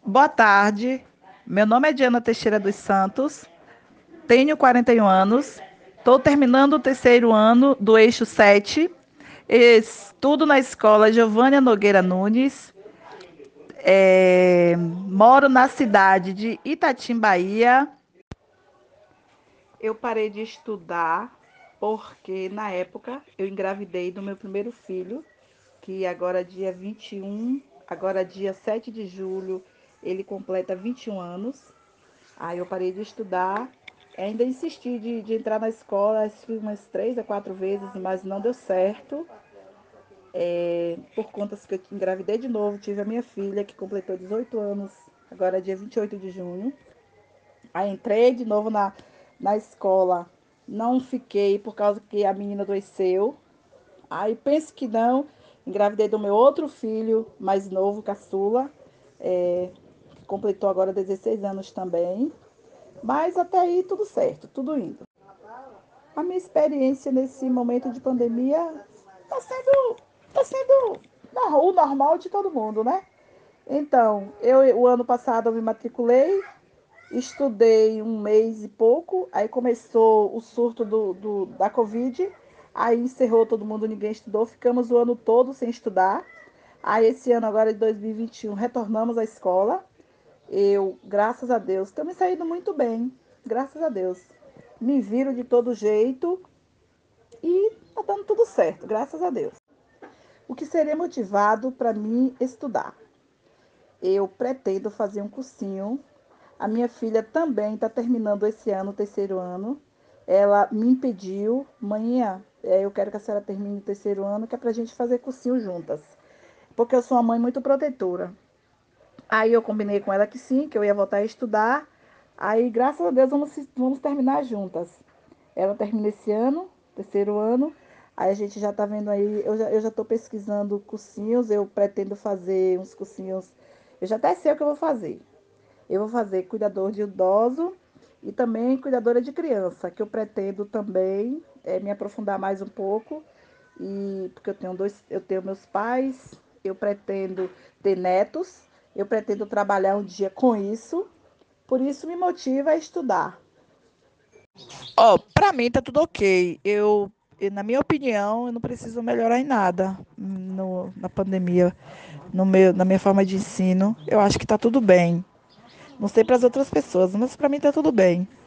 Boa tarde, meu nome é Diana Teixeira dos Santos, tenho 41 anos, estou terminando o terceiro ano do eixo 7, estudo na escola Giovânia Nogueira Nunes, moro na cidade de Itatim, Bahia. Eu parei de estudar porque na época eu engravidei do meu primeiro filho, que agora é dia 21, agora é dia 7 de julho, ele completa 21 anos. Aí eu parei de estudar, ainda insisti de entrar na escola, acho que umas 3 a 4 vezes, mas não deu certo. Por conta que eu engravidei de novo, tive a minha filha, que completou 18 anos, agora é dia 28 de junho. Aí entrei de novo na escola, não fiquei por causa que a menina adoeceu. Aí penso que não, engravidei do meu outro filho, mais novo, caçula, que completou agora 16 anos também. Mas até aí tudo certo, tudo indo. A minha experiência nesse momento de pandemia está sendo o normal de todo mundo, né? Então, o ano passado eu me matriculei, estudei um mês e pouco, aí começou o surto da Covid, aí encerrou todo mundo, ninguém estudou, ficamos o ano todo sem estudar. Aí esse ano agora de 2021 retornamos à escola. Eu, graças a Deus, estou me saindo muito bem, graças a Deus. Me viro de todo jeito e tá dando tudo certo, graças a Deus. O que seria motivado para mim estudar? Eu pretendo fazer um cursinho. A minha filha também está terminando esse ano, o terceiro ano. Ela me impediu, mãe, eu quero que a senhora termine o terceiro ano, que é para a gente fazer cursinho juntas. Porque eu sou uma mãe muito protetora. Aí eu combinei com ela que sim, que eu ia voltar a estudar. Aí, graças a Deus, vamos terminar juntas. Ela termina esse ano, terceiro ano. Aí a gente já está vendo aí, eu já estou pesquisando cursinhos, eu pretendo fazer uns cursinhos. Eu já até sei o que eu vou fazer. Eu vou fazer cuidador de idoso e também cuidadora de criança, que eu pretendo também me aprofundar mais um pouco. E porque eu tenho meus pais, eu pretendo ter netos, eu pretendo trabalhar um dia com isso. Por isso me motiva a estudar. Ó, pra mim tá tudo ok. Na minha opinião, eu não preciso melhorar em nada na pandemia, na minha forma de ensino. Eu acho que tá tudo bem. Não sei para as outras pessoas, mas para mim tá tudo bem.